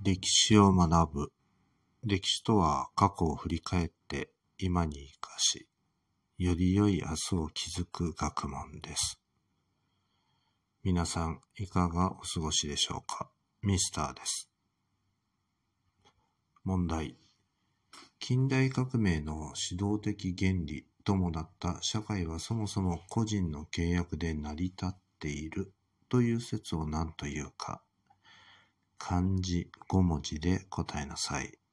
歴史を学ぶ。歴史とは過去を振り返って今に生かし、より良い明日を築く学問です。皆さんいかがお過ごしでしょうか。ミスターです。問題。近代革命の指導的原理ともなった社会はそもそも個人の契約で成り立っているという説を何というか。漢字5文字で答えなさい。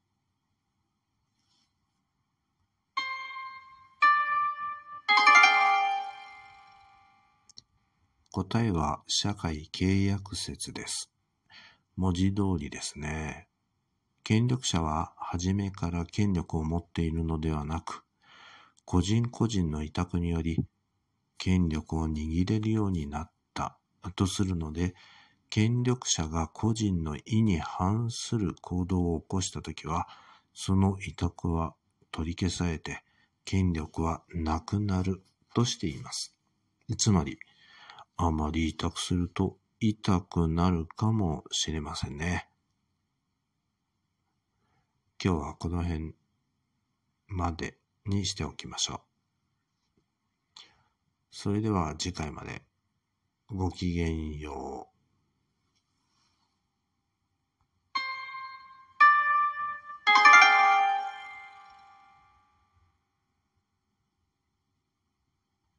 答えは社会契約説です。文字通りですね。権力者は初めから権力を持っているのではなく、個人個人の委託により権力を握れるようになったとするので、権力者が個人の意に反する行動を起こしたときは、その委託は取り消されて、権力はなくなるとしています。つまり、あまり委託すると痛くなるかもしれませんね。今日はこの辺までにしておきましょう。それでは次回までごきげんよう。